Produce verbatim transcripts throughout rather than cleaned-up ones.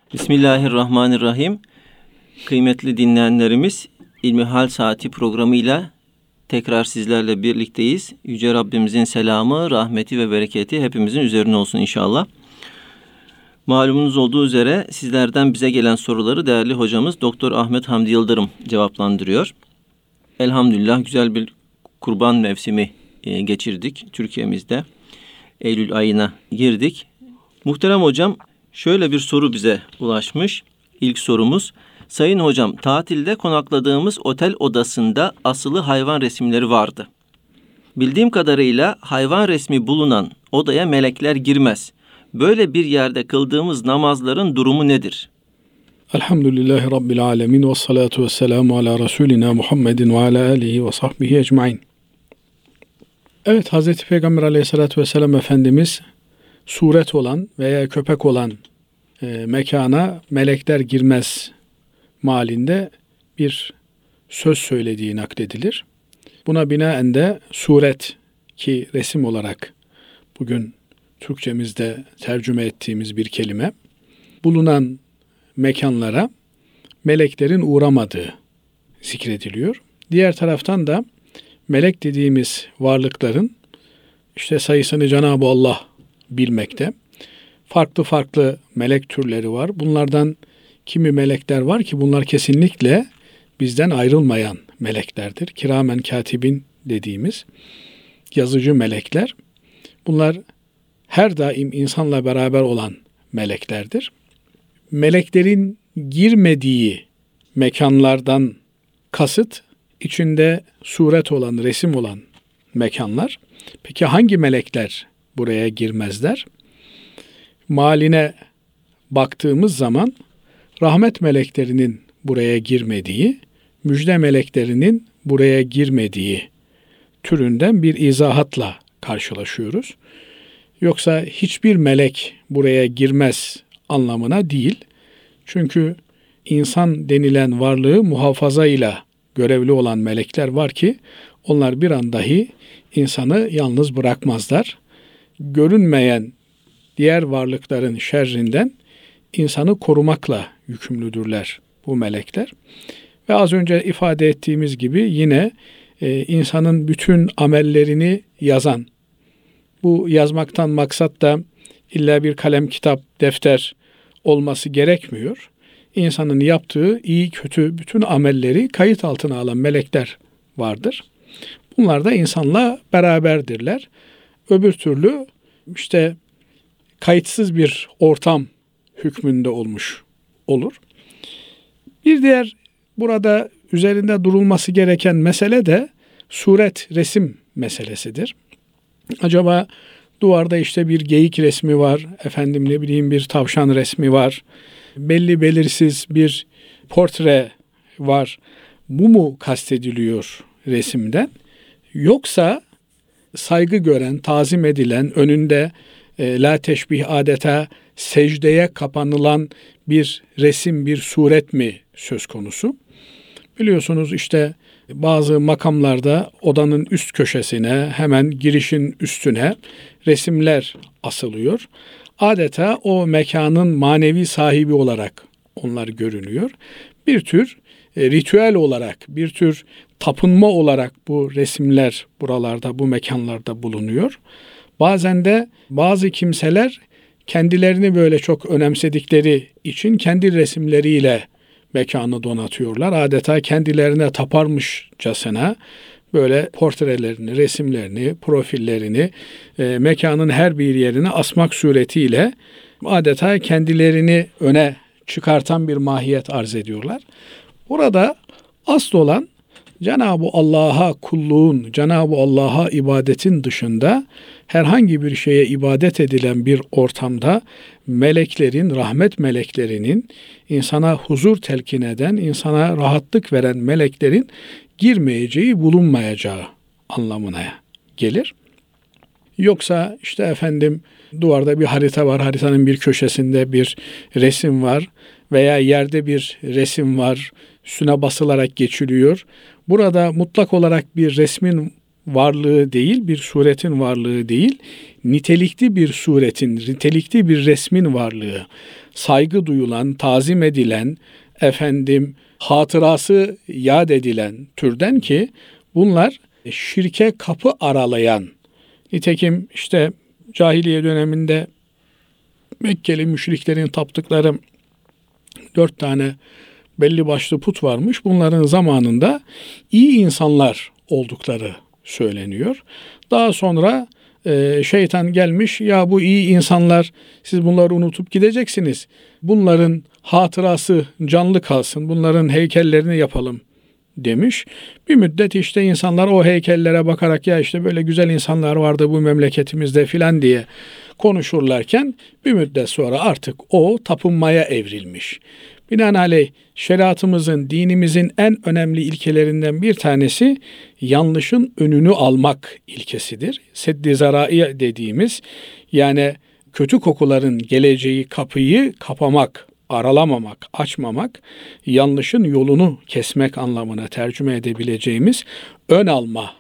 Bismillahirrahmanirrahim. Kıymetli dinleyenlerimiz, İlmihal Saati programıyla tekrar sizlerle birlikteyiz. Yüce Rabbimizin selamı, rahmeti ve bereketi hepimizin üzerine olsun inşallah. Malumunuz olduğu üzere sizlerden bize gelen soruları değerli hocamız Doktor Ahmet Hamdi Yıldırım cevaplandırıyor. Elhamdülillah güzel bir kurban mevsimi geçirdik Türkiye'mizde. Eylül ayına girdik. Muhterem hocam, şöyle bir soru bize ulaşmış. İlk sorumuz: Sayın hocam, tatilde konakladığımız otel odasında asılı hayvan resimleri vardı. Bildiğim kadarıyla hayvan resmi bulunan odaya melekler girmez. Böyle bir yerde kıldığımız namazların durumu nedir? Elhamdülillahi Rabbil alemin ve salatu ve selamu ala Resulina Muhammedin ve ala alihi ve sahbihi ecmain. Evet, Hazreti Peygamber aleyhissalatü vesselam Efendimiz suret olan veya köpek olan e, mekana melekler girmez malinde bir söz söylediği nakledilir. Buna binaen de suret, ki resim olarak bugün Türkçemizde tercüme ettiğimiz bir kelime, bulunan mekanlara meleklerin uğramadığı zikrediliyor. Diğer taraftan da melek dediğimiz varlıkların işte sayısını Cenab-ı Allah bilmekte. Farklı farklı melek türleri var. Bunlardan kimi melekler var ki bunlar kesinlikle bizden ayrılmayan meleklerdir. Kiramen katibin dediğimiz yazıcı melekler. Bunlar her daim insanla beraber olan meleklerdir. Meleklerin girmediği mekanlardan kasıt içinde suret olan, resim olan mekanlar. Peki hangi melekler buraya girmezler? Maline baktığımız zaman rahmet meleklerinin buraya girmediği, müjde meleklerinin buraya girmediği türünden bir izahatla karşılaşıyoruz. Yoksa hiçbir melek buraya girmez anlamına değil. Çünkü insan denilen varlığı muhafazayla görevli olan melekler var ki onlar bir an dahi insanı yalnız bırakmazlar. Görünmeyen diğer varlıkların şerrinden insanı korumakla yükümlüdürler bu melekler. Ve az önce ifade ettiğimiz gibi yine e, insanın bütün amellerini yazan, bu yazmaktan maksat da illa bir kalem, kitap, defter olması gerekmiyor. İnsanın yaptığı iyi kötü bütün amelleri kayıt altına alan melekler vardır. Bunlar da insanla beraberdirler. Öbür türlü işte kayıtsız bir ortam hükmünde olmuş olur. Bir diğer burada üzerinde durulması gereken mesele de suret, resim meselesidir. Acaba duvarda işte bir geyik resmi var, efendim ne bileyim bir tavşan resmi var, belli belirsiz bir portre var. Bu mu kastediliyor resimden? Yoksa saygı gören, tazim edilen, önünde e, la teşbih adeta secdeye kapanılan bir resim, bir suret mi söz konusu? Biliyorsunuz işte bazı makamlarda odanın üst köşesine, hemen girişin üstüne resimler asılıyor. Adeta o mekanın manevi sahibi olarak onlar görünüyor. Bir tür e, ritüel olarak, bir tür tapınma olarak bu resimler buralarda, bu mekanlarda bulunuyor. Bazen de bazı kimseler kendilerini böyle çok önemsedikleri için kendi resimleriyle mekanı donatıyorlar. Adeta kendilerine taparmışçasına böyle portrelerini, resimlerini, profillerini e, mekanın her bir yerine asmak suretiyle adeta kendilerini öne çıkartan bir mahiyet arz ediyorlar. Burada asıl olan Cenab-ı Allah'a kulluğun, Cenab-ı Allah'a ibadetin dışında herhangi bir şeye ibadet edilen bir ortamda meleklerin, rahmet meleklerinin, insana huzur telkin eden, insana rahatlık veren meleklerin girmeyeceği, bulunmayacağı anlamına gelir. Yoksa işte efendim duvarda bir harita var, haritanın bir köşesinde bir resim var veya yerde bir resim var, üstüne basılarak geçiliyor. Burada mutlak olarak bir resmin varlığı değil, bir suretin varlığı değil, nitelikli bir suretin, nitelikli bir resmin varlığı, saygı duyulan, tazim edilen, efendim hatırası yad edilen türden ki bunlar şirke kapı aralayan. Nitekim işte cahiliye döneminde Mekkeli müşriklerin taptıkları dört tane belli başlı put varmış. Bunların zamanında iyi insanlar oldukları söyleniyor. Daha sonra e, şeytan gelmiş, ya bu iyi insanlar, siz bunları unutup gideceksiniz. Bunların hatırası canlı kalsın, bunların heykellerini yapalım demiş. Bir müddet işte insanlar o heykellere bakarak ya işte böyle güzel insanlar vardı bu memleketimizde filan diye konuşurlarken bir müddet sonra artık o tapınmaya evrilmiş. Binaenaleyh şeriatımızın, dinimizin en önemli ilkelerinden bir tanesi yanlışın önünü almak ilkesidir. Seddi zarai dediğimiz, yani kötü kokuların geleceği kapıyı kapamak, aralamamak, açmamak, yanlışın yolunu kesmek anlamına tercüme edebileceğimiz ön alma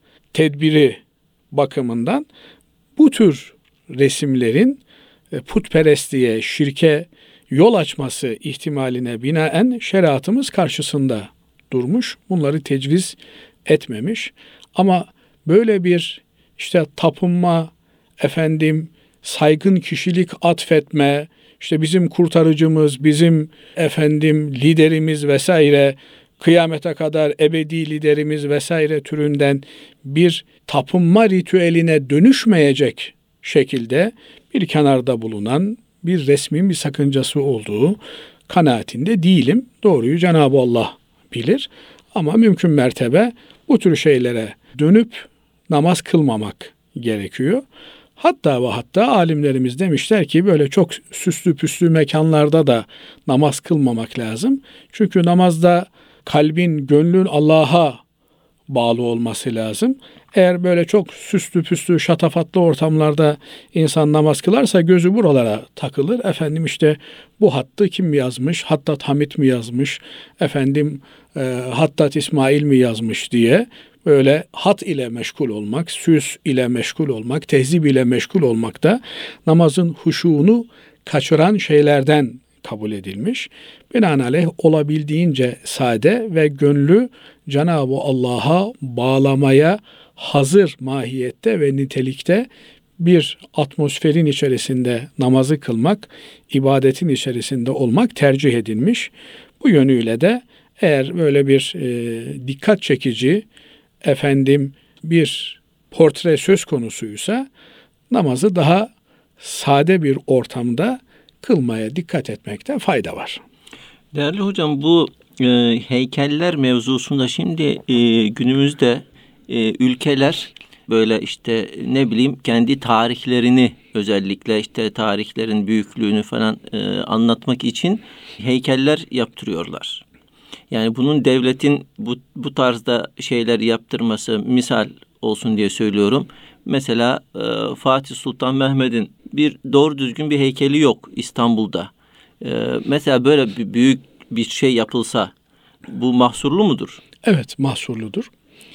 tedbiri bakımından bu tür resimlerin putperestliğe, şirke yol açması ihtimaline binaen şeriatımız karşısında durmuş. Bunları tecviz etmemiş. Ama böyle bir işte tapınma, efendim saygın kişilik atfetme, işte bizim kurtarıcımız, bizim efendim liderimiz vesaire, kıyamete kadar ebedi liderimiz vesaire türünden bir tapınma ritüeline dönüşmeyecek şekilde bir kenarda bulunan bir resmin bir sakıncası olduğu kanaatinde değilim. Doğruyu Cenab-ı Allah bilir. Ama mümkün mertebe bu tür şeylere dönüp namaz kılmamak gerekiyor. Hatta ve hatta alimlerimiz demişler ki böyle çok süslü püslü mekanlarda da namaz kılmamak lazım. Çünkü namazda kalbin, gönlün Allah'a bağlı olması lazım. Eğer böyle çok süslü püslü şatafatlı ortamlarda insan namaz kılarsa gözü buralara takılır. Efendim işte bu hattı kim yazmış? Hattat Hamit mi yazmış? Efendim e, Hattat İsmail mi yazmış diye böyle hat ile meşgul olmak, süs ile meşgul olmak, tehzip ile meşgul olmak da namazın huşuğunu kaçıran şeylerden kabul edilmiş. Binaenaleyh olabildiğince sade ve gönlü Cenab-ı Allah'a bağlamaya hazır mahiyette ve nitelikte bir atmosferin içerisinde namazı kılmak, ibadetin içerisinde olmak tercih edilmiş. Bu yönüyle de eğer böyle bir e, dikkat çekici efendim bir portre söz konusuysa namazı daha sade bir ortamda kılmaya dikkat etmekte fayda var. Değerli hocam, bu e, heykeller mevzusunda şimdi e, günümüzde e, ülkeler böyle işte ne bileyim kendi tarihlerini, özellikle işte tarihlerin büyüklüğünü falan e, anlatmak için heykeller yaptırıyorlar. Yani bunun devletin bu, bu tarzda şeyler yaptırması misal olsun diye söylüyorum. Mesela e, Fatih Sultan Mehmet'in bir doğru düzgün bir heykeli yok İstanbul'da. E, mesela böyle bir büyük bir şey yapılsa bu mahsurlu mudur? Evet, mahsurludur.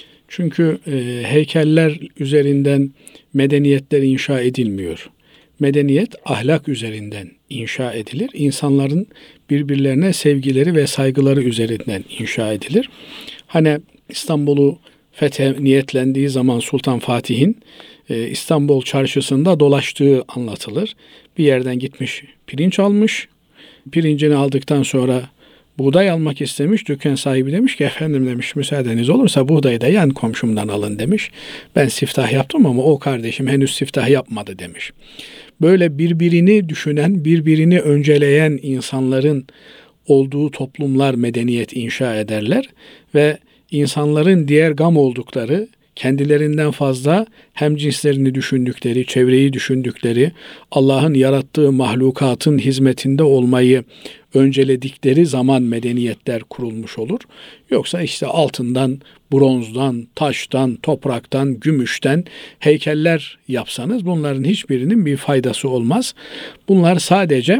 Çünkü e, heykeller üzerinden medeniyetler inşa edilmiyor. Medeniyet ahlak üzerinden inşa edilir. İnsanların birbirlerine sevgileri ve saygıları üzerinden inşa edilir. Hani İstanbul'u fethe niyetlendiği zaman Sultan Fatih'in e, İstanbul çarşısında dolaştığı anlatılır. Bir yerden gitmiş pirinç almış. Pirincini aldıktan sonra buğday almak istemiş. Dükkan sahibi demiş ki efendim demiş müsaadeniz olursa buğdayı da yan komşumdan alın demiş. Ben siftah yaptım ama o kardeşim henüz siftah yapmadı demiş. Böyle birbirini düşünen, birbirini önceleyen insanların olduğu toplumlar medeniyet inşa ederler ve insanların diğer gam oldukları, kendilerinden fazla hem cinslerini düşündükleri, çevreyi düşündükleri, Allah'ın yarattığı mahlukatın hizmetinde olmayı önceledikleri zaman medeniyetler kurulmuş olur. Yoksa işte altından, bronzdan, taştan, topraktan, gümüşten heykeller yapsanız bunların hiçbirinin bir faydası olmaz. Bunlar sadece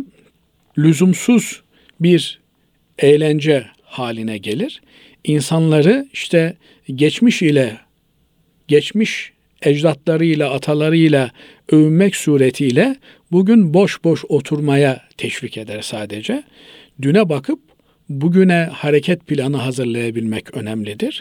lüzumsuz bir eğlence haline gelir. İnsanları işte geçmiş ile, geçmiş ecdatlarıyla, atalarıyla övünmek suretiyle bugün boş boş oturmaya teşvik eder sadece. Düne bakıp bugüne hareket planı hazırlayabilmek önemlidir.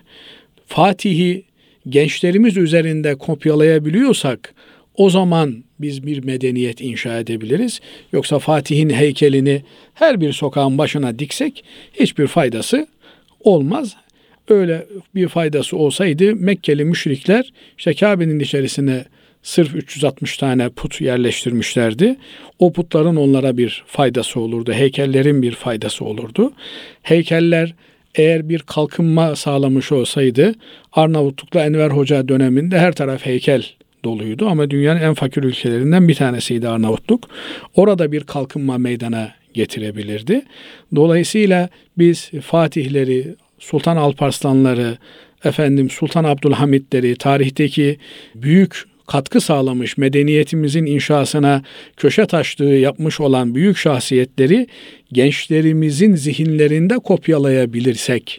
Fatih'i gençlerimiz üzerinde kopyalayabiliyorsak o zaman biz bir medeniyet inşa edebiliriz. Yoksa Fatih'in heykelini her bir sokağın başına diksek hiçbir faydası olmaz. Öyle bir faydası olsaydı Mekkeli müşrikler işte Kabe'nin içerisine sırf üç yüz altmış tane put yerleştirmişlerdi. O putların onlara bir faydası olurdu. Heykellerin bir faydası olurdu. Heykeller eğer bir kalkınma sağlamış olsaydı Arnavutluk'ta Enver Hoca döneminde her taraf heykel doluydu ama dünyanın en fakir ülkelerinden bir tanesiydi Arnavutluk. Orada bir kalkınma meydana getirebilirdi. Dolayısıyla biz Fatihleri, Sultan Alparslanları, efendim Sultan Abdülhamitleri, tarihteki büyük katkı sağlamış, medeniyetimizin inşasına köşe taşlığı yapmış olan büyük şahsiyetleri gençlerimizin zihinlerinde kopyalayabilirsek,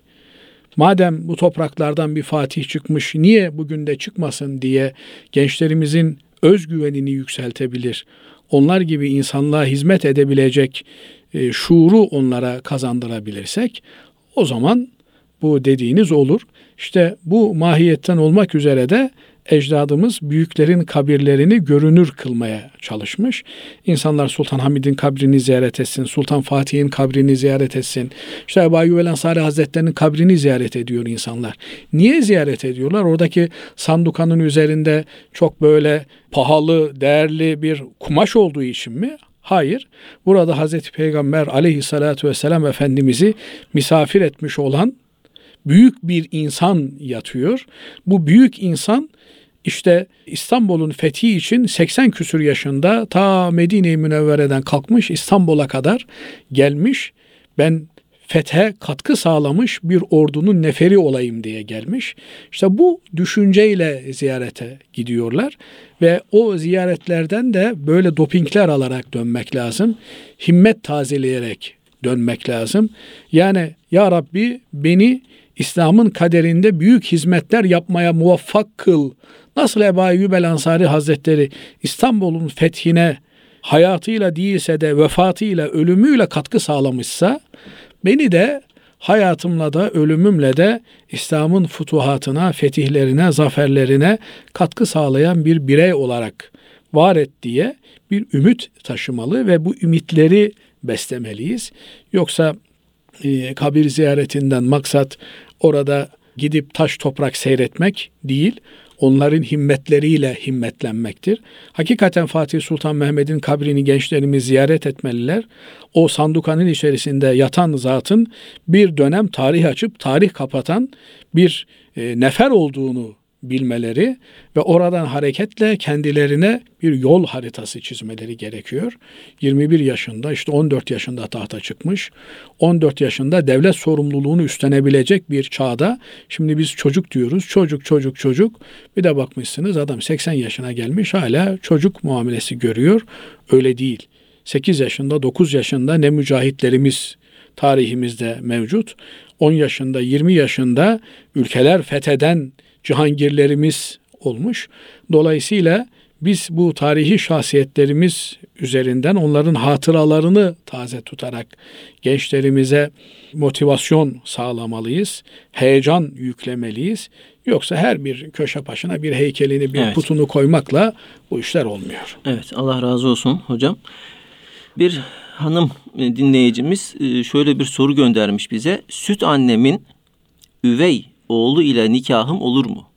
madem bu topraklardan bir fatih çıkmış, niye bugün de çıkmasın diye gençlerimizin özgüvenini yükseltebilir, onlar gibi insanlığa hizmet edebilecek e, şuuru onlara kazandırabilirsek, o zaman bu dediğiniz olur. İşte bu mahiyetten olmak üzere de ecdadımız büyüklerin kabirlerini görünür kılmaya çalışmış. İnsanlar Sultan Hamid'in kabrini ziyaret etsin, Sultan Fatih'in kabrini ziyaret etsin. İşte Ebu Eyyub el Ensari Hazretleri'nin kabrini ziyaret ediyor insanlar. Niye ziyaret ediyorlar? Oradaki sandukanın üzerinde çok böyle pahalı, değerli bir kumaş olduğu için mi? Hayır. Burada Hazreti Peygamber aleyhissalatu vesselam Efendimiz'i misafir etmiş olan büyük bir insan yatıyor. Bu büyük insan işte İstanbul'un fethi için seksen küsur yaşında ta Medine-i Münevvere'den kalkmış İstanbul'a kadar gelmiş. Ben fethe katkı sağlamış bir ordunun neferi olayım diye gelmiş. İşte bu düşünceyle ziyarete gidiyorlar ve o ziyaretlerden de böyle dopingler alarak dönmek lazım. Himmet tazeleyerek dönmek lazım. Yani ya Rabbi beni İslam'ın kaderinde büyük hizmetler yapmaya muvaffak kıl. Nasıl Ebu Eyyub el Ensari Hazretleri İstanbul'un fethine hayatıyla değilse de vefatıyla, ölümüyle katkı sağlamışsa, beni de hayatımla da ölümümle de İslam'ın futuhatına, fetihlerine, zaferlerine katkı sağlayan bir birey olarak var et diye bir ümit taşımalı ve bu ümitleri beslemeliyiz. Yoksa e, kabir ziyaretinden maksat orada gidip taş toprak seyretmek değil, onların himmetleriyle himmetlenmektir. Hakikaten Fatih Sultan Mehmet'in kabrini gençlerimiz ziyaret etmeliler. O sandukanın içerisinde yatan zatın bir dönem tarih açıp tarih kapatan bir e, nefer olduğunu bilmeleri ve oradan hareketle kendilerine bir yol haritası çizmeleri gerekiyor. yirmi bir yaşında, işte on dört yaşında tahta çıkmış, on dört yaşında devlet sorumluluğunu üstlenebilecek bir çağda, şimdi biz çocuk diyoruz, çocuk çocuk çocuk, bir de bakmışsınız adam seksen yaşına gelmiş hala çocuk muamelesi görüyor. Öyle değil. sekiz yaşında, dokuz yaşında ne mücahitlerimiz tarihimizde mevcut. on yaşında, yirmi yaşında ülkeler fetheden cihangirlerimiz olmuş. Dolayısıyla biz bu tarihi şahsiyetlerimiz üzerinden onların hatıralarını taze tutarak gençlerimize motivasyon sağlamalıyız. Heyecan yüklemeliyiz. Yoksa her bir köşe başına bir heykelini, bir evet. putunu koymakla bu işler olmuyor. Evet, Allah razı olsun hocam. Bir hanım dinleyicimiz şöyle bir soru göndermiş bize. Süt annemin üvey oğlu ile nikahım olur mu?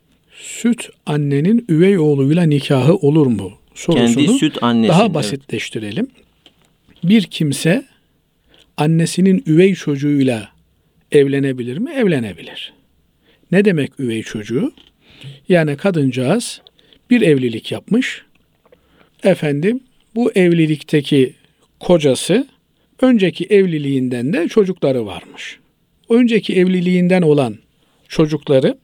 Süt annenin üvey oğluyla nikahı olur mu? Sorusunu kendi süt annesi, daha basitleştirelim. Evet. Bir kimse annesinin üvey çocuğuyla evlenebilir mi? Evlenebilir. Ne demek üvey çocuğu? Yani kadıncağız bir evlilik yapmış. Efendim bu evlilikteki kocası önceki evliliğinden de çocukları varmış. Önceki evliliğinden olan çocukları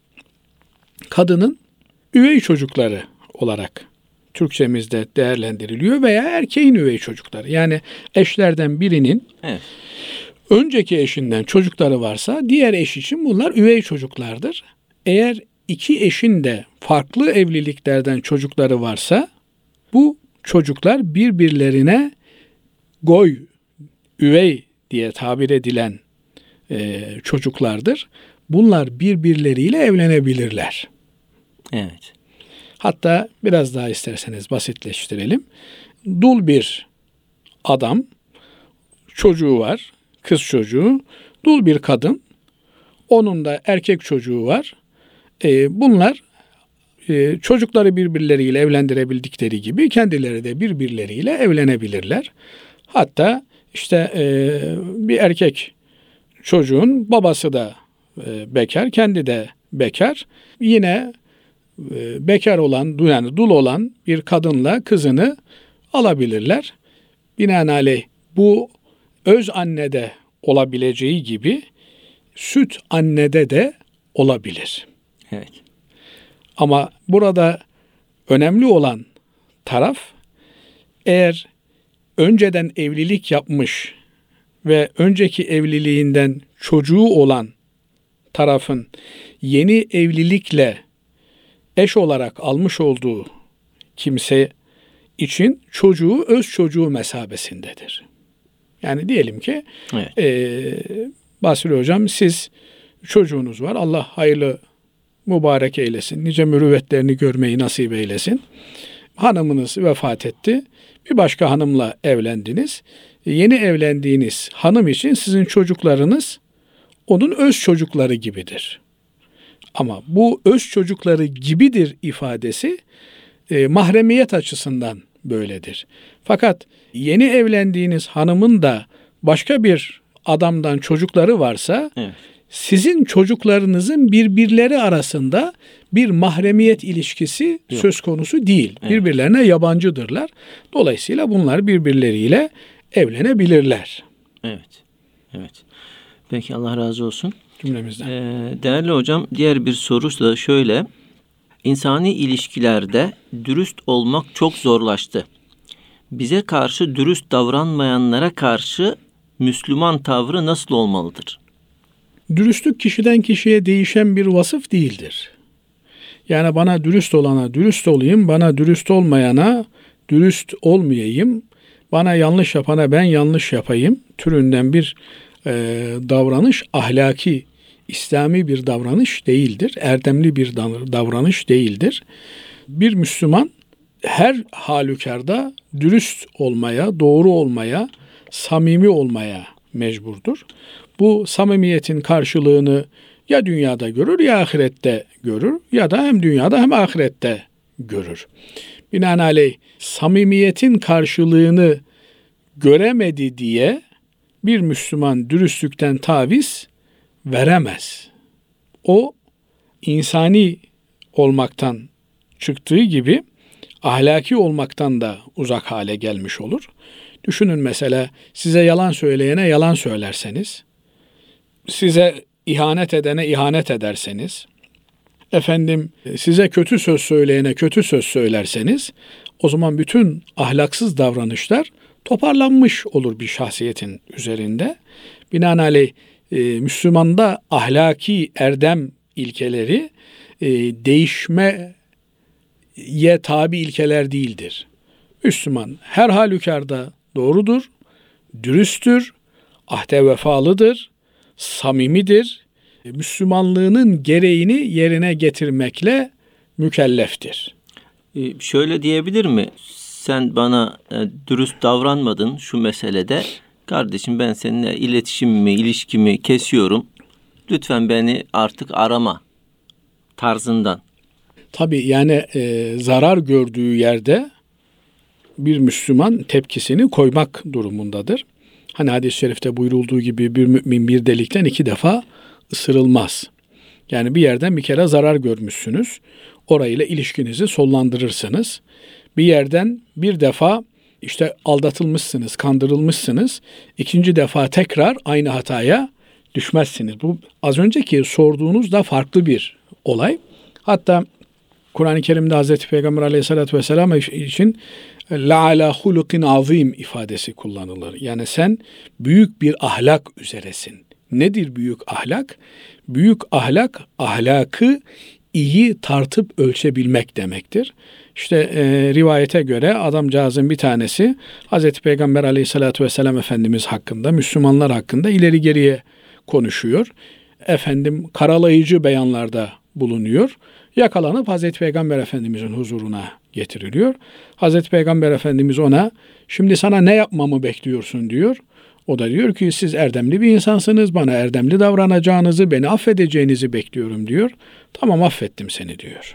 kadının üvey çocukları olarak Türkçemizde değerlendiriliyor veya erkeğin üvey çocukları. Yani eşlerden birinin evet. önceki eşinden çocukları varsa diğer eş için bunlar üvey çocuklardır. Eğer iki eşin de farklı evliliklerden çocukları varsa bu çocuklar birbirlerine goy, üvey diye tabir edilen e, çocuklardır. Bunlar birbirleriyle evlenebilirler. Evet. Hatta biraz daha isterseniz basitleştirelim. Dul bir adam, çocuğu var, kız çocuğu, dul bir kadın, onun da erkek çocuğu var. E, bunlar e, çocukları birbirleriyle evlendirebildikleri gibi kendileri de birbirleriyle evlenebilirler. Hatta işte e, bir erkek çocuğun babası da e, bekar, kendi de bekar. Yine e, bekar olan, yani dul olan bir kadınla kızını alabilirler. Binaenaleyh bu öz annede olabileceği gibi süt annede de olabilir. Evet. Ama burada önemli olan taraf, eğer önceden evlilik yapmış ve önceki evliliğinden çocuğu olan tarafın yeni evlilikle eş olarak almış olduğu kimse için çocuğu öz çocuğu mesabesindedir. Yani diyelim ki Evet. e, Basri Hocam, siz çocuğunuz var. Allah hayırlı mübarek eylesin. Nice mürüvvetlerini görmeyi nasip eylesin. Hanımınız vefat etti. Bir başka hanımla evlendiniz. Yeni evlendiğiniz hanım için sizin çocuklarınız onun öz çocukları gibidir. Ama bu öz çocukları gibidir ifadesi e, mahremiyet açısından böyledir. Fakat yeni evlendiğiniz hanımın da başka bir adamdan çocukları varsa, Evet. sizin çocuklarınızın birbirleri arasında bir mahremiyet ilişkisi Yok. söz konusu değil. Evet. Birbirlerine yabancıdırlar. Dolayısıyla bunlar birbirleriyle evlenebilirler. Evet. Evet. Peki, Allah razı olsun. Cümlemizden. Ee, değerli hocam, diğer bir soru da şöyle. İnsani ilişkilerde dürüst olmak çok zorlaştı. Bize karşı dürüst davranmayanlara karşı Müslüman tavrı nasıl olmalıdır? Dürüstlük kişiden kişiye değişen bir vasıf değildir. Yani bana dürüst olana dürüst olayım, bana dürüst olmayana dürüst olmayayım, bana yanlış yapana ben yanlış yapayım türünden bir e, davranış ahlaki, İslami bir davranış değildir. Erdemli bir davranış değildir. Bir Müslüman her halükarda dürüst olmaya, doğru olmaya, samimi olmaya mecburdur. Bu samimiyetin karşılığını ya dünyada görür ya ahirette görür, ya da hem dünyada hem ahirette görür. Binaenaleyh samimiyetin karşılığını göremedi diye bir Müslüman dürüstlükten taviz veremez. O insani olmaktan çıktığı gibi ahlaki olmaktan da uzak hale gelmiş olur. Düşünün, mesela size yalan söyleyene yalan söylerseniz, size ihanet edene ihanet ederseniz, efendim size kötü söz söyleyene kötü söz söylerseniz, o zaman bütün ahlaksız davranışlar toparlanmış olur bir şahsiyetin üzerinde. Binaenaleyh e, Müslümanda ahlaki erdem ilkeleri e, değişmeye tabi ilkeler değildir. Müslüman her halükarda doğrudur, dürüsttür, ahde vefalıdır, samimidir. Müslümanlığının gereğini yerine getirmekle mükelleftir. Ee, şöyle diyebilir mi? Sen bana e, dürüst davranmadın şu meselede. Kardeşim, ben seninle iletişimimi, ilişkimi kesiyorum. Lütfen beni artık arama tarzından. Tabii yani e, zarar gördüğü yerde bir Müslüman tepkisini koymak durumundadır. Hani hadis-i şerifte buyurulduğu gibi bir mümin bir delikten iki defa ısırılmaz. Yani bir yerden bir kere zarar görmüşsünüz. Orayla ilişkinizi sonlandırırsınız. Bir yerden bir defa işte aldatılmışsınız, kandırılmışsınız. İkinci defa tekrar aynı hataya düşmezsiniz. Bu az önceki sorduğunuz da farklı bir olay. Hatta Kur'an-ı Kerim'de Hazreti Peygamber Aleyhisselatü Vesselam için la ala hulukin azim ifadesi kullanılır. Yani sen büyük bir ahlak üzeresin. Nedir büyük ahlak? Büyük ahlak, ahlakı iyi tartıp ölçebilmek demektir. İşte e, rivayete göre adamcağızın bir tanesi Hazreti Peygamber Aleyhisselatü Vesselam Efendimiz hakkında, Müslümanlar hakkında ileri geriye konuşuyor. Efendim karalayıcı beyanlarda bulunuyor. Yakalanıp Hazreti Peygamber Efendimizin huzuruna getiriliyor. Hazreti Peygamber Efendimiz ona şimdi sana ne yapmamı bekliyorsun diyor. O da diyor ki siz erdemli bir insansınız, bana erdemli davranacağınızı, beni affedeceğinizi bekliyorum diyor. Tamam affettim seni diyor.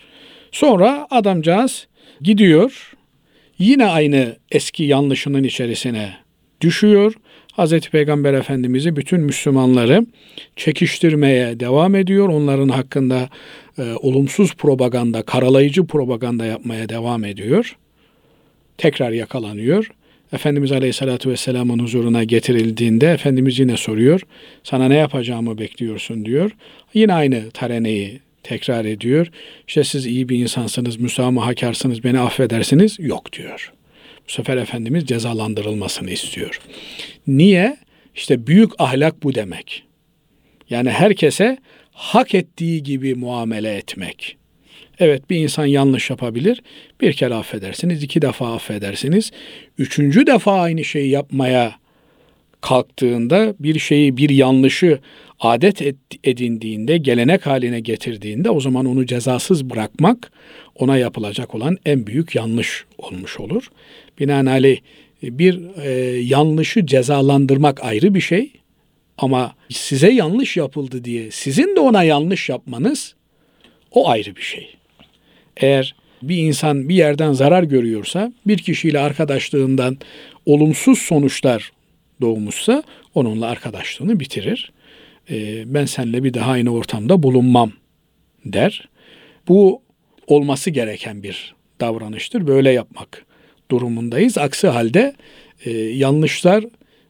Sonra adamcağız gidiyor, yine aynı eski yanlışının içerisine düşüyor. Hazreti Peygamber Efendimiz'i bütün Müslümanları çekiştirmeye devam ediyor. Onların hakkında e, olumsuz propaganda, karalayıcı propaganda yapmaya devam ediyor. Tekrar yakalanıyor. Efendimiz Aleyhisselatü Vesselam'ın huzuruna getirildiğinde Efendimiz yine soruyor. Sana ne yapacağımı bekliyorsun diyor. Yine aynı tareneyi tekrar ediyor. İşte siz iyi bir insansınız, müsamahakarsınız, beni affedersiniz. Yok diyor. Bu sefer Efendimiz cezalandırılmasını istiyor. Niye? İşte büyük ahlak bu demek. Yani herkese hak ettiği gibi muamele etmek. Evet bir insan yanlış yapabilir. Bir kere affedersiniz, iki defa affedersiniz. Üçüncü defa aynı şeyi yapmaya kalktığında, bir şeyi, bir yanlışı adet edindiğinde, gelenek haline getirdiğinde o zaman onu cezasız bırakmak ona yapılacak olan en büyük yanlış olmuş olur. Binaenaleyh bir e, yanlışı cezalandırmak ayrı bir şey ama size yanlış yapıldı diye sizin de ona yanlış yapmanız o ayrı bir şey. Eğer bir insan bir yerden zarar görüyorsa, bir kişiyle arkadaşlığından olumsuz sonuçlar doğmuşsa onunla arkadaşlığını bitirir. Ee, ben seninle bir daha aynı ortamda bulunmam der. Bu olması gereken bir davranıştır. Böyle yapmak durumundayız. Aksi halde e, yanlışlar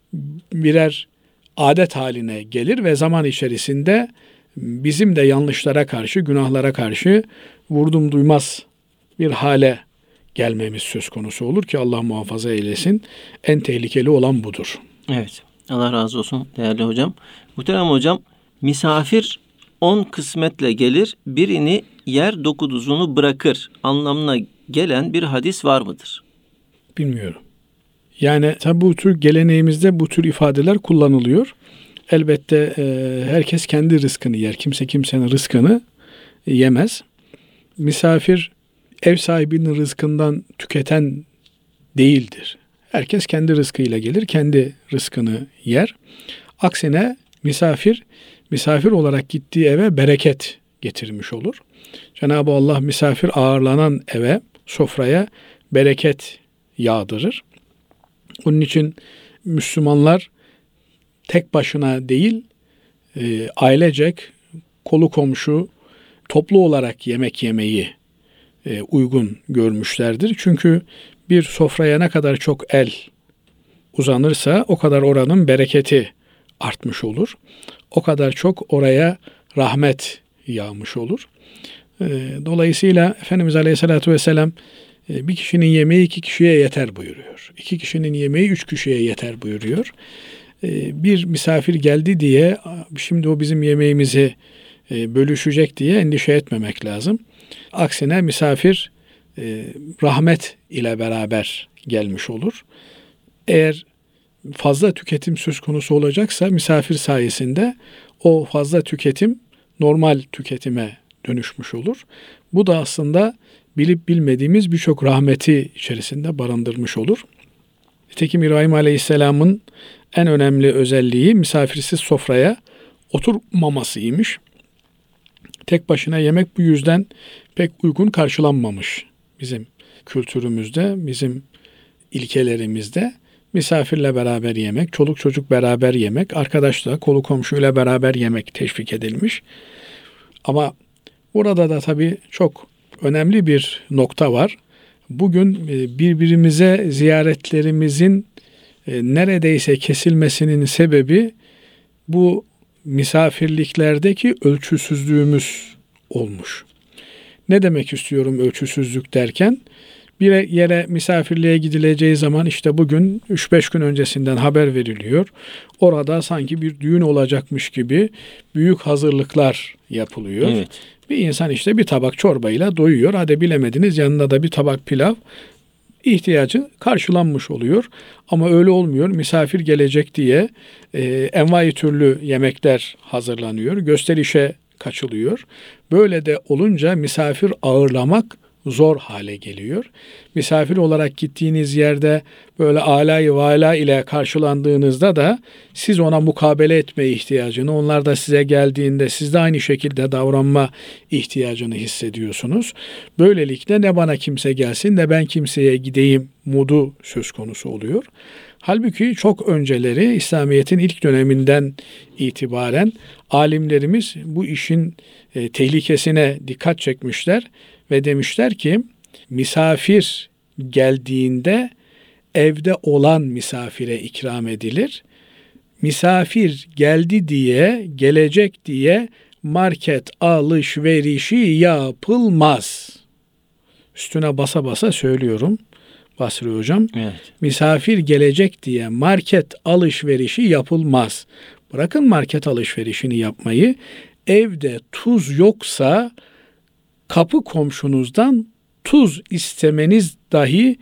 birer adet haline gelir ve zaman içerisinde bizim de yanlışlara karşı, günahlara karşı vurdum duymaz bir hale gelmemiz söz konusu olur ki Allah muhafaza eylesin. En tehlikeli olan budur. Evet. Allah razı olsun değerli hocam. Muhterem hocam, misafir on kısmetle gelir, birini yer dokuzunu bırakır anlamına gelen bir hadis var mıdır? Bilmiyorum. Yani tabi bu tür geleneğimizde bu tür ifadeler kullanılıyor. Elbette e, herkes kendi rızkını yer. Kimse kimsenin rızkını e, yemez. Misafir ev sahibinin rızkından tüketen değildir. Herkes kendi rızkıyla gelir, kendi rızkını yer. Aksine misafir, misafir olarak gittiği eve bereket getirmiş olur. Cenab-ı Allah misafir ağırlanan eve, sofraya bereket yağdırır. Onun için Müslümanlar tek başına değil, e, ailecek, kolu komşu, toplu olarak yemek yemeyi e, uygun görmüşlerdir. Çünkü bir sofraya ne kadar çok el uzanırsa o kadar oranın bereketi artmış olur. O kadar çok oraya rahmet yağmış olur. E, dolayısıyla Efendimiz Aleyhisselatü Vesselam e, bir kişinin yemeği iki kişiye yeter buyuruyor. İki kişinin yemeği üç kişiye yeter buyuruyor. E, bir misafir geldi diye şimdi o bizim yemeğimizi e, bölüşecek diye endişe etmemek lazım. Aksine misafir e, rahmet ile beraber gelmiş olur. Eğer fazla tüketim söz konusu olacaksa misafir sayesinde o fazla tüketim normal tüketime dönüşmüş olur. Bu da aslında bilip bilmediğimiz birçok rahmeti içerisinde barındırmış olur. Nitekim İbrahim Aleyhisselam'ın en önemli özelliği misafirsiz sofraya oturmamasıymış. Tek başına yemek bu yüzden pek uygun karşılanmamış bizim kültürümüzde, bizim ilkelerimizde. Misafirle beraber yemek, çoluk çocuk beraber yemek, arkadaşla, kolu komşuyla beraber yemek teşvik edilmiş. Ama burada da tabii çok önemli bir nokta var. Bugün birbirimize ziyaretlerimizin neredeyse kesilmesinin sebebi bu misafirliklerdeki ölçüsüzlüğümüz olmuş. Ne demek istiyorum ölçüsüzlük derken? Bir yere misafirliğe gidileceği zaman işte bugün üç beş gün öncesinden haber veriliyor. Orada sanki bir düğün olacakmış gibi büyük hazırlıklar yapılıyor. Evet. Bir insan işte bir tabak çorbayla doyuyor. Hadi bilemediniz yanında da bir tabak pilav, ihtiyacı karşılanmış oluyor. Ama öyle olmuyor. Misafir gelecek diye e, envai türlü yemekler hazırlanıyor. Gösterişe kaçılıyor. Böyle de olunca misafir ağırlamak zor hale geliyor. Misafir olarak gittiğiniz yerde böyle alâ-i vâlâ ile karşılandığınızda da siz ona mukabele etme ihtiyacını, onlar da size geldiğinde siz de aynı şekilde davranma ihtiyacını hissediyorsunuz. Böylelikle ne bana kimse gelsin ne ben kimseye gideyim modu söz konusu oluyor. Halbuki çok önceleri İslamiyet'in ilk döneminden itibaren alimlerimiz bu işin e, tehlikesine dikkat çekmişler ve demişler ki misafir geldiğinde evde olan misafire ikram edilir. Misafir geldi diye, gelecek diye market alışverişi yapılmaz. Üstüne basa basa söylüyorum Basri Hocam. Evet. Misafir gelecek diye market alışverişi yapılmaz. Bırakın market alışverişini yapmayı, evde tuz yoksa kapı komşunuzdan tuz istemeniz dahi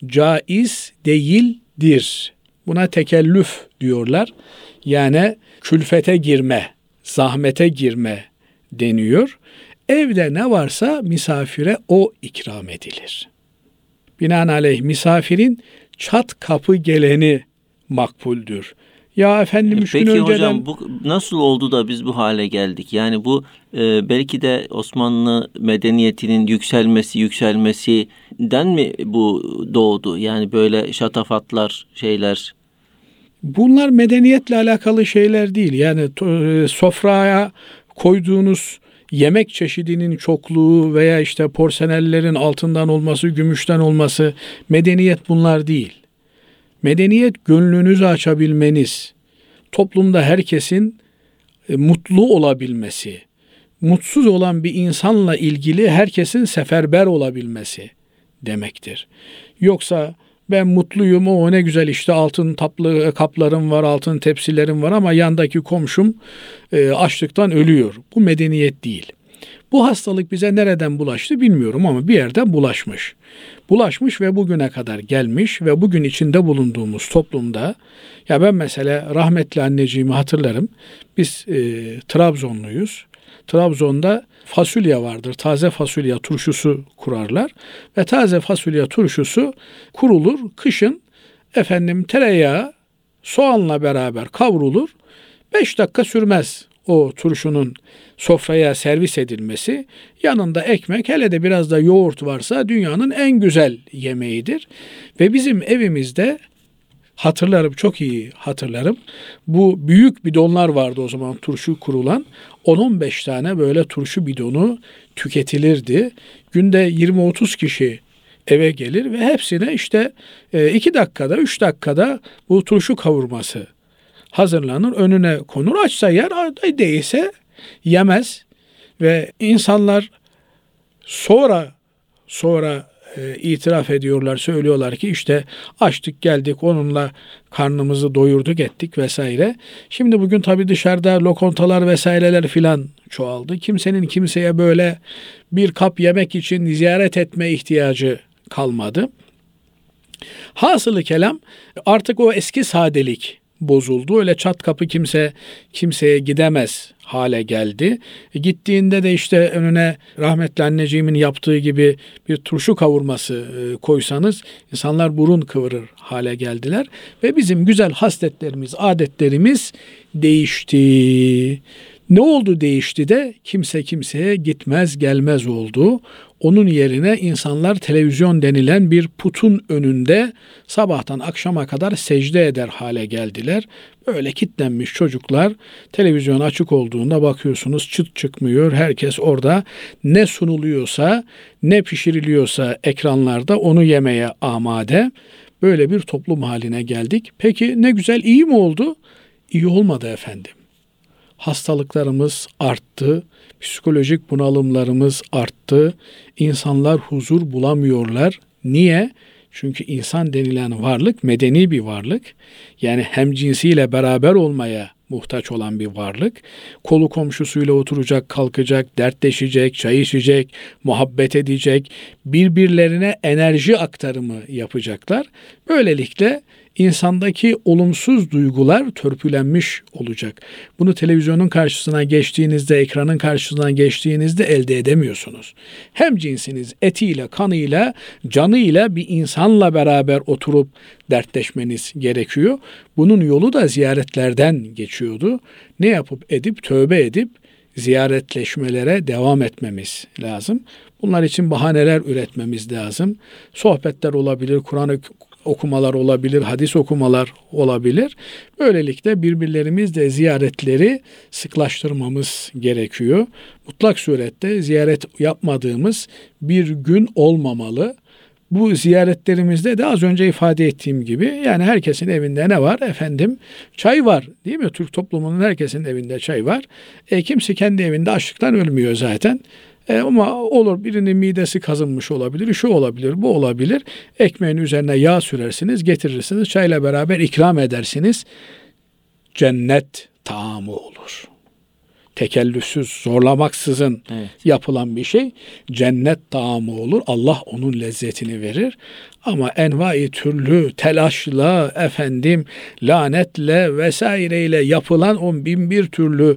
caiz değildir. Buna tekellüf diyorlar. Yani külfete girme, zahmete girme deniyor. Evde ne varsa misafire o ikram edilir. Binaenaleyh misafirin çat kapı geleni makbuldür. Ya efendim üç gün Peki önceden... hocam bu nasıl oldu da biz bu hale geldik? Yani bu e, belki de Osmanlı medeniyetinin yükselmesi yükselmesinden mi bu doğdu? Yani böyle şatafatlar, şeyler. Bunlar medeniyetle alakalı şeyler değil. Yani e, sofraya koyduğunuz yemek çeşidinin çokluğu veya işte porselenlerin altından olması, gümüşten olması medeniyet bunlar değil. Medeniyet gönlünüzü açabilmeniz, toplumda herkesin e, mutlu olabilmesi, mutsuz olan bir insanla ilgili herkesin seferber olabilmesi demektir. Yoksa ben mutluyum, o ne güzel işte altın taplı kaplarım var, altın tepsilerim var ama yandaki komşum e, açlıktan ölüyor. Bu medeniyet değil. Bu hastalık bize nereden bulaştı bilmiyorum ama bir yerden bulaşmış. Bulaşmış ve bugüne kadar gelmiş ve bugün içinde bulunduğumuz toplumda, ya ben mesela rahmetli anneciğimi hatırlarım. Biz e, Trabzonluyuz. Trabzon'da fasulye vardır. Taze fasulye turşusu kurarlar ve taze fasulye turşusu kurulur. Kışın efendim tereyağı soğanla beraber kavrulur. Beş dakika sürmez o turşunun sofraya servis edilmesi. Yanında ekmek, hele de biraz da yoğurt varsa dünyanın en güzel yemeğidir. Ve bizim evimizde hatırlarım, çok iyi hatırlarım. Bu büyük bidonlar vardı o zaman turşu kurulan. on on beş tane böyle turşu bidonu tüketilirdi. Günde yirmi otuz kişi eve gelir ve hepsine işte iki dakikada, üç dakikada bu turşu kavurması hazırlanır, önüne konur. Açsa yer, değilse yemez. Ve insanlar sonra sonra e, itiraf ediyorlar, söylüyorlar ki işte açtık geldik, onunla karnımızı doyurduk ettik vesaire. Şimdi bugün tabii dışarıda lokantalar vesaireler filan çoğaldı. Kimsenin kimseye böyle bir kap yemek için ziyaret etme ihtiyacı kalmadı. Hasılı kelam artık o eski sadelik bozuldu. Öyle çat kapı kimse kimseye gidemez hale geldi. E, gittiğinde de işte önüne rahmetli anneciğimin yaptığı gibi bir turşu kavurması e, koysanız insanlar burun kıvırır hale geldiler. Ve bizim güzel hasletlerimiz, adetlerimiz değişti. Ne oldu değişti de kimse kimseye gitmez gelmez oldu. Onun yerine insanlar televizyon denilen bir putun önünde sabahtan akşama kadar secde eder hale geldiler. Böyle kitlenmiş çocuklar, televizyon açık olduğunda bakıyorsunuz çıt çıkmıyor. Herkes orada ne sunuluyorsa, ne pişiriliyorsa ekranlarda onu yemeye amade. Böyle bir toplum haline geldik. Peki ne güzel, iyi mi oldu? İyi olmadı efendim. Hastalıklarımız arttı, psikolojik bunalımlarımız arttı, insanlar huzur bulamıyorlar Niye? Çünkü insan denilen varlık medeni bir varlık. Yani hem cinsiyle beraber olmaya muhtaç olan bir varlık. Kolu komşusuyla oturacak, kalkacak, dertleşecek, çay içecek, muhabbet edecek, birbirlerine enerji aktarımı yapacaklar. Böylelikle insandaki olumsuz duygular törpülenmiş olacak. Bunu televizyonun karşısına geçtiğinizde, ekranın karşısına geçtiğinizde elde edemiyorsunuz. Hem cinsiniz etiyle, kanıyla, canıyla bir insanla beraber oturup dertleşmeniz gerekiyor. Bunun yolu da ziyaretlerden geçiyordu. Ne yapıp edip, tövbe edip ziyaretleşmelere devam etmemiz lazım. Bunlar için bahaneler üretmemiz lazım. Sohbetler olabilir, Kur'an okumalar olabilir, hadis okumalar olabilir. Böylelikle birbirlerimizle ziyaretleri sıklaştırmamız gerekiyor. Mutlak surette ziyaret yapmadığımız bir gün olmamalı. Bu ziyaretlerimizde de az önce ifade ettiğim gibi yani herkesin evinde ne var? Efendim çay var değil mi? Türk toplumunun herkesin evinde çay var. E, kimse kendi evinde açlıktan ölmüyor zaten. E, ama olur birinin midesi kazınmış olabilir, şu olabilir, bu olabilir. Ekmeğin üzerine yağ sürersiniz, getirirsiniz, çayla beraber ikram edersiniz. Cennet taamı olur. Tekellüfsüz, zorlamaksızın evet. yapılan bir şey cennet taamı olur. Allah onun lezzetini verir. Ama envai türlü telaşla, efendim lanetle vesaireyle yapılan on bin bir türlü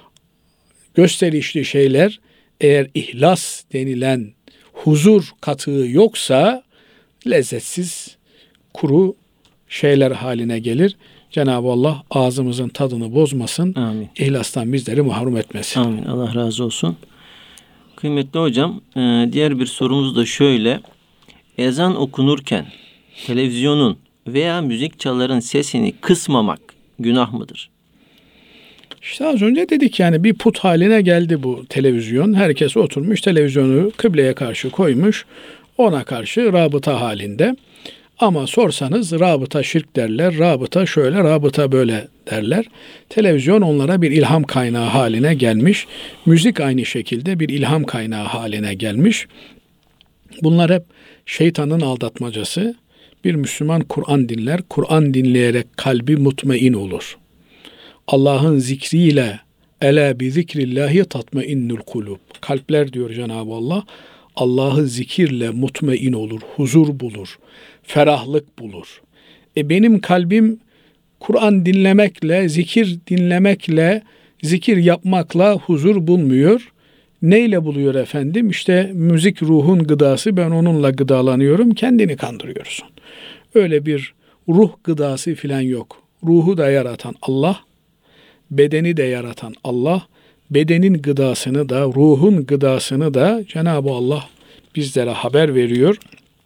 gösterişli şeyler eğer ihlas denilen huzur katığı yoksa lezzetsiz, kuru şeyler haline gelir. Cenab-ı Allah ağzımızın tadını bozmasın. Amin. İhlastan bizleri mahrum etmesin. Amin. Allah razı olsun. Kıymetli hocam, diğer bir sorumuz da şöyle. Ezan okunurken televizyonun veya müzik çaların sesini kısmamak günah mıdır? İşte az önce dedik yani bir put haline geldi bu televizyon. Herkes oturmuş televizyonu kıbleye karşı koymuş. Ona karşı rabıta halinde. Ama sorsanız rabıta şirk derler, rabıta şöyle, rabıta böyle derler. Televizyon onlara bir ilham kaynağı haline gelmiş. Müzik aynı şekilde bir ilham kaynağı haline gelmiş. Bunlar hep şeytanın aldatmacası. Bir Müslüman Kur'an dinler, Kur'an dinleyerek kalbi mutmain olur. Allah'ın zikriyle ele bi zikrillahi tatmainnul kulub. Kalpler diyor Cenab-ı Allah. Allah'ı zikirle mutmain olur, huzur bulur, ferahlık bulur. E benim kalbim Kur'an dinlemekle, zikir dinlemekle, zikir yapmakla huzur bulmuyor. Neyle buluyor efendim? İşte müzik ruhun gıdası, ben onunla gıdalanıyorum. Kendini kandırıyorsun. Öyle bir ruh gıdası filan yok. Ruhu da yaratan Allah, bedeni de yaratan Allah, bedenin gıdasını da, ruhun gıdasını da Cenab-ı Allah bizlere haber veriyor.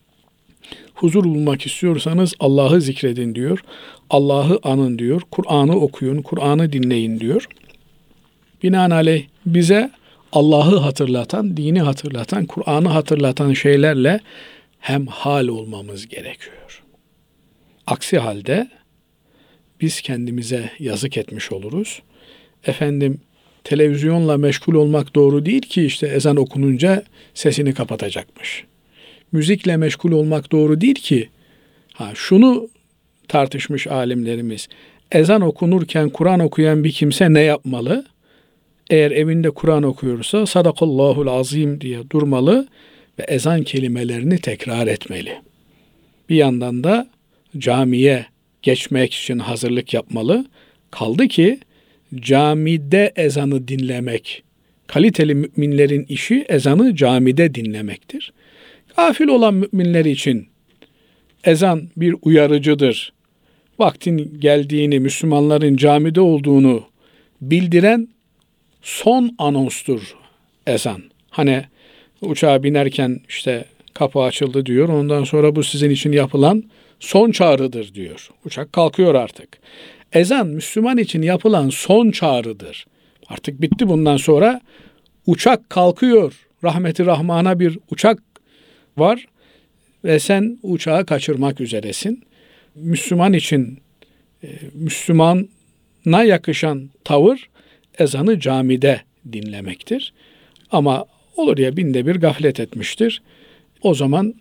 Huzur bulmak istiyorsanız Allah'ı zikredin diyor. Allah'ı anın diyor. Kur'an'ı okuyun, Kur'an'ı dinleyin diyor. Binaenaleyh bize Allah'ı hatırlatan, dini hatırlatan, Kur'an'ı hatırlatan şeylerle hemhal olmamız gerekiyor. Aksi halde biz kendimize yazık etmiş oluruz. Efendim televizyonla meşgul olmak doğru değil ki işte ezan okununca sesini kapatacakmış. Müzikle meşgul olmak doğru değil ki. Ha şunu tartışmış alimlerimiz. Ezan okunurken Kur'an okuyan bir kimse ne yapmalı? Eğer evinde Kur'an okuyorsa sadakallahul azim diye durmalı ve ezan kelimelerini tekrar etmeli. Bir yandan da camiye geçmek için hazırlık yapmalı. Kaldı ki camide ezanı dinlemek, kaliteli müminlerin işi ezanı camide dinlemektir. Gafil olan müminler için ezan bir uyarıcıdır. Vaktin geldiğini, Müslümanların camide olduğunu bildiren son anonstur ezan. Hani uçağa binerken işte kapı açıldı diyor. Ondan sonra bu sizin için yapılan son çağrıdır diyor. Uçak kalkıyor artık. Ezan Müslüman için yapılan son çağrıdır. Artık bitti bundan sonra uçak kalkıyor. Rahmeti Rahman'a bir uçak var ve sen uçağı kaçırmak üzeresin. Müslüman için e, Müslümana yakışan tavır ezanı camide dinlemektir. Ama olur ya binde bir gaflet etmiştir. O zaman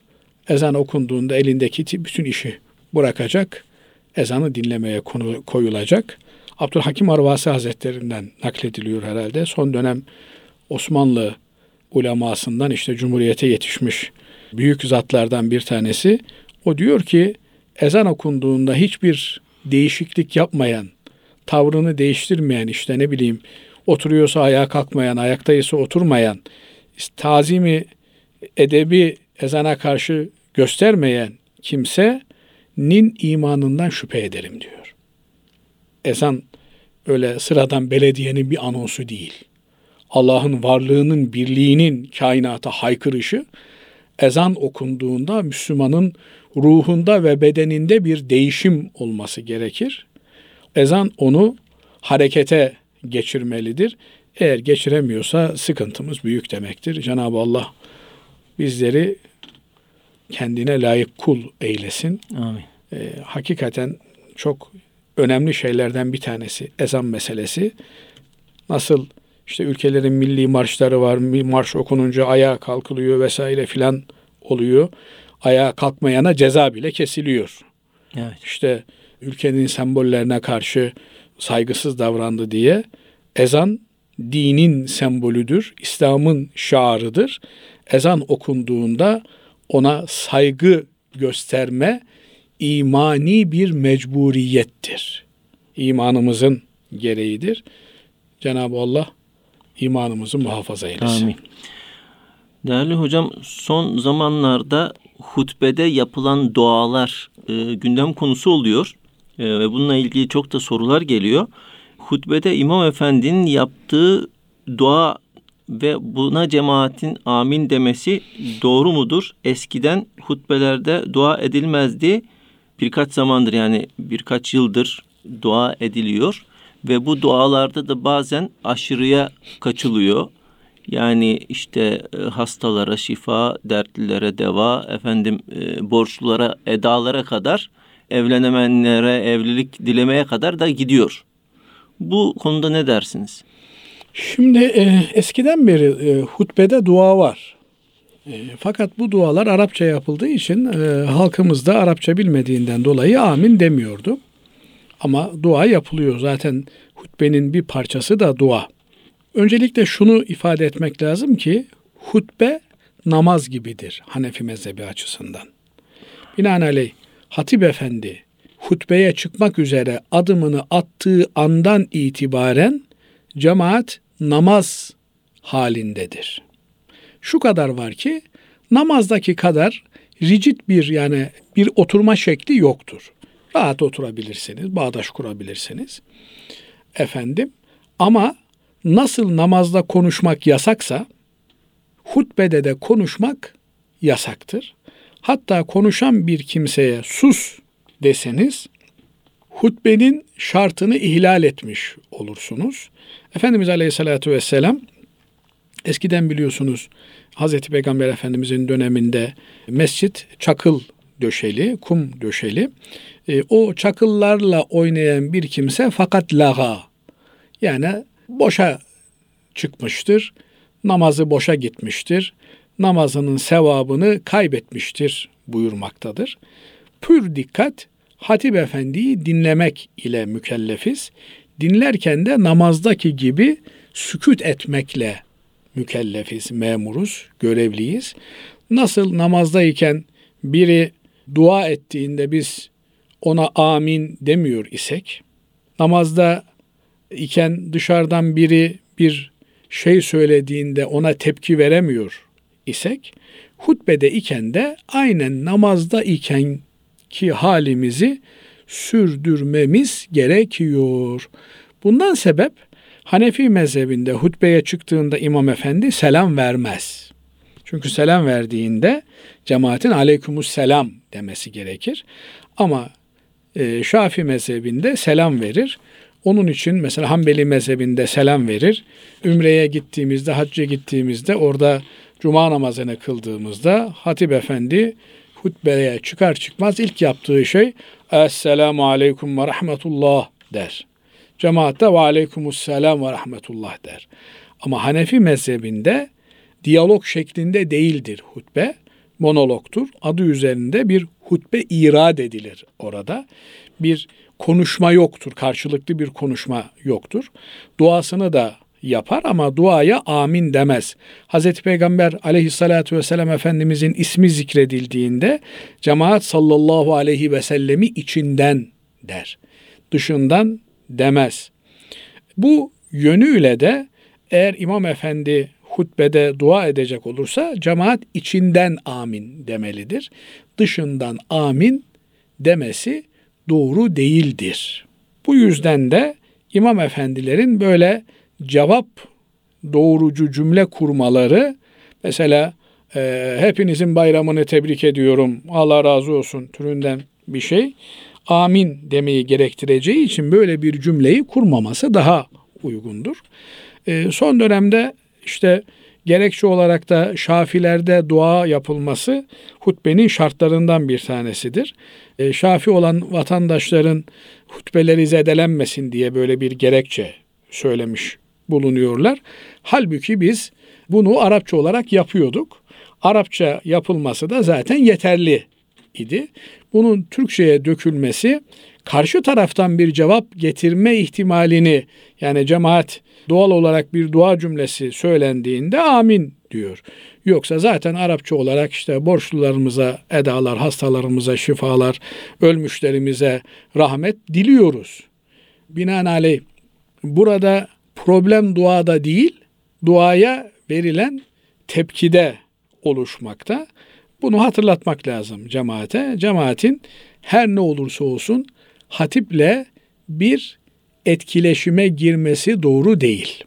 ezan okunduğunda elindeki bütün işi bırakacak, ezanı dinlemeye konu, koyulacak. Abdülhakim Arvasi Hazretlerinden naklediliyor herhalde. Son dönem Osmanlı ulemasından işte Cumhuriyete yetişmiş büyük zatlardan bir tanesi. O diyor ki ezan okunduğunda hiçbir değişiklik yapmayan, tavrını değiştirmeyen, işte ne bileyim oturuyorsa ayağa kalkmayan, ayaktaysa oturmayan, tazimi edebi ezana karşı göstermeyen kimsenin imanından şüphe ederim diyor. Ezan öyle sıradan belediyenin bir anonsu değil. Allah'ın varlığının, birliğinin kainata haykırışı, ezan okunduğunda Müslümanın ruhunda ve bedeninde bir değişim olması gerekir. Ezan onu harekete geçirmelidir. Eğer geçiremiyorsa sıkıntımız büyük demektir. Cenab-ı Allah bizleri kendine layık kul eylesin. Amin. Ee, hakikaten çok önemli şeylerden bir tanesi ezan meselesi. Nasıl işte ülkelerin milli marşları var, marş okununca ayağa kalkılıyor vesaire filan oluyor. Ayağa kalkmayana ceza bile kesiliyor. Evet. İşte ülkenin sembollerine karşı saygısız davrandı diye ezan dinin sembolüdür, İslam'ın şiarıdır. Ezan okunduğunda ona saygı gösterme imani bir mecburiyettir. İmanımızın gereğidir. Cenab-ı Allah imanımızı muhafaza eylesin. Amin. Değerli hocam, son zamanlarda hutbede yapılan dualar e, gündem konusu oluyor. E, ve bununla ilgili çok da sorular geliyor. Hutbede İmam Efendi'nin yaptığı dua ve buna cemaatin amin demesi doğru mudur? Eskiden hutbelerde dua edilmezdi. Birkaç zamandır, yani birkaç yıldır dua ediliyor. Ve bu dualarda da bazen aşırıya kaçılıyor. Yani işte hastalara şifa, dertlilere deva, efendim borçlulara edalara kadar, evlenemeyenlere evlilik dilemeye kadar da gidiyor. Bu konuda ne dersiniz? Şimdi e, eskiden beri e, hutbede dua var. E, fakat bu dualar Arapça yapıldığı için e, halkımız da Arapça bilmediğinden dolayı amin demiyordu. Ama dua yapılıyor. Zaten hutbenin bir parçası da dua. Öncelikle şunu ifade etmek lazım ki hutbe namaz gibidir Hanefi mezhebi açısından. Binaenaleyh Hatip Efendi hutbeye çıkmak üzere adımını attığı andan itibaren cemaat namaz halindedir. Şu kadar var ki namazdaki kadar rigid bir yani bir oturma şekli yoktur. Rahat oturabilirsiniz, bağdaş kurabilirsiniz. Efendim ama nasıl namazda konuşmak yasaksa hutbede de konuşmak yasaktır. Hatta konuşan bir kimseye sus deseniz hutbenin şartını ihlal etmiş olursunuz. Efendimiz Aleyhisselatü Vesselam eskiden biliyorsunuz Hazreti Peygamber Efendimizin döneminde mescit çakıl döşeli, kum döşeli. E, o çakıllarla oynayan bir kimse fakat laga yani boşa çıkmıştır. Namazı boşa gitmiştir. Namazının sevabını kaybetmiştir buyurmaktadır. Pür dikkat Hatip Efendi'yi dinlemek ile mükellefiz. Dinlerken de namazdaki gibi sükût etmekle mükellefiz, memuruz, görevliyiz. Nasıl namazdayken biri dua ettiğinde biz ona amin demiyor isek, namazda iken dışarıdan biri bir şey söylediğinde ona tepki veremiyor isek, hutbede iken de aynen namazda iken ki halimizi sürdürmemiz gerekiyor. Bundan sebep Hanefi mezhebinde hutbeye çıktığında İmam Efendi selam vermez. Çünkü selam verdiğinde cemaatin aleykümüsselam demesi gerekir. Ama e, Şafii mezhebinde selam verir. Onun için mesela Hanbeli mezhebinde selam verir. Ümreye gittiğimizde, hacca gittiğimizde orada cuma namazını kıldığımızda Hatip Efendi hutbeye çıkar çıkmaz ilk yaptığı şey Esselamu aleyküm ve rahmetullah der. Cemaat de ve aleykümüsselam ve rahmetullah der. Ama Hanefi mezhebinde diyalog şeklinde değildir hutbe. monologtur. Adı üzerinde bir hutbe irad edilir orada. Bir konuşma yoktur, karşılıklı bir konuşma yoktur. Duasını da yapar ama duaya amin demez. Hazreti Peygamber aleyhissalatu vesselam Efendimizin ismi zikredildiğinde cemaat sallallahu aleyhi ve sellemi içinden der. Dışından demez. Bu yönüyle de eğer İmam Efendi hutbede dua edecek olursa cemaat içinden amin demelidir. Dışından amin demesi doğru değildir. Bu yüzden de İmam Efendilerin böyle cevap doğurucu cümle kurmaları, mesela e, hepinizin bayramını tebrik ediyorum, Allah razı olsun türünden bir şey, amin demeyi gerektireceği için böyle bir cümleyi kurmaması daha uygundur. E, son dönemde işte gerekçe olarak da Şafilerde dua yapılması hutbenin şartlarından bir tanesidir. E, Şafi olan vatandaşların hutbeleri zedelenmesin diye böyle bir gerekçe söylemiş bulunuyorlar. Halbuki biz bunu Arapça olarak yapıyorduk. Arapça yapılması da zaten yeterli idi. Bunun Türkçe'ye dökülmesi karşı taraftan bir cevap getirme ihtimalini, yani cemaat doğal olarak bir dua cümlesi söylendiğinde amin diyor. Yoksa zaten Arapça olarak işte borçlularımıza edalar, hastalarımıza şifalar, ölmüşlerimize rahmet diliyoruz. Binaenaleyh burada problem duada değil, duaya verilen tepkide oluşmakta. Bunu hatırlatmak lazım cemaate. Cemaatin her ne olursa olsun hatiple bir etkileşime girmesi doğru değil.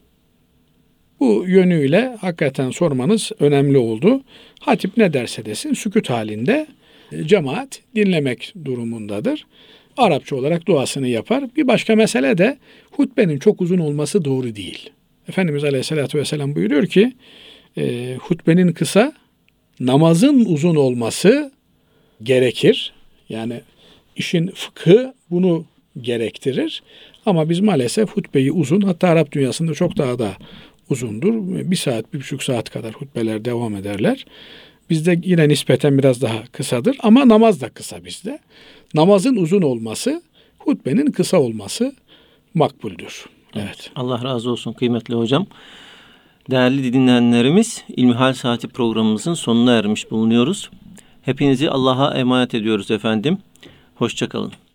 Bu yönüyle hakikaten sormanız önemli oldu. Hatip ne derse desin sükût halinde cemaat dinlemek durumundadır. Arapça olarak duasını yapar. Bir başka mesele de hutbenin çok uzun olması doğru değil. Efendimiz Aleyhisselatü Vesselam buyuruyor ki e, hutbenin kısa, namazın uzun olması gerekir. Yani işin fıkhı bunu gerektirir. Ama biz maalesef hutbeyi uzun, hatta Arap dünyasında çok daha da uzundur. Bir saat, bir buçuk saat kadar hutbeler devam ederler. Bizde yine nispeten biraz daha kısadır ama namaz da kısa bizde. Namazın uzun olması, hutbenin kısa olması makbuldür. Evet. Allah razı olsun kıymetli hocam. Değerli dinleyenlerimiz, İlmihal Saati programımızın sonuna ermiş bulunuyoruz. Hepinizi Allah'a emanet ediyoruz efendim. Hoşça kalın.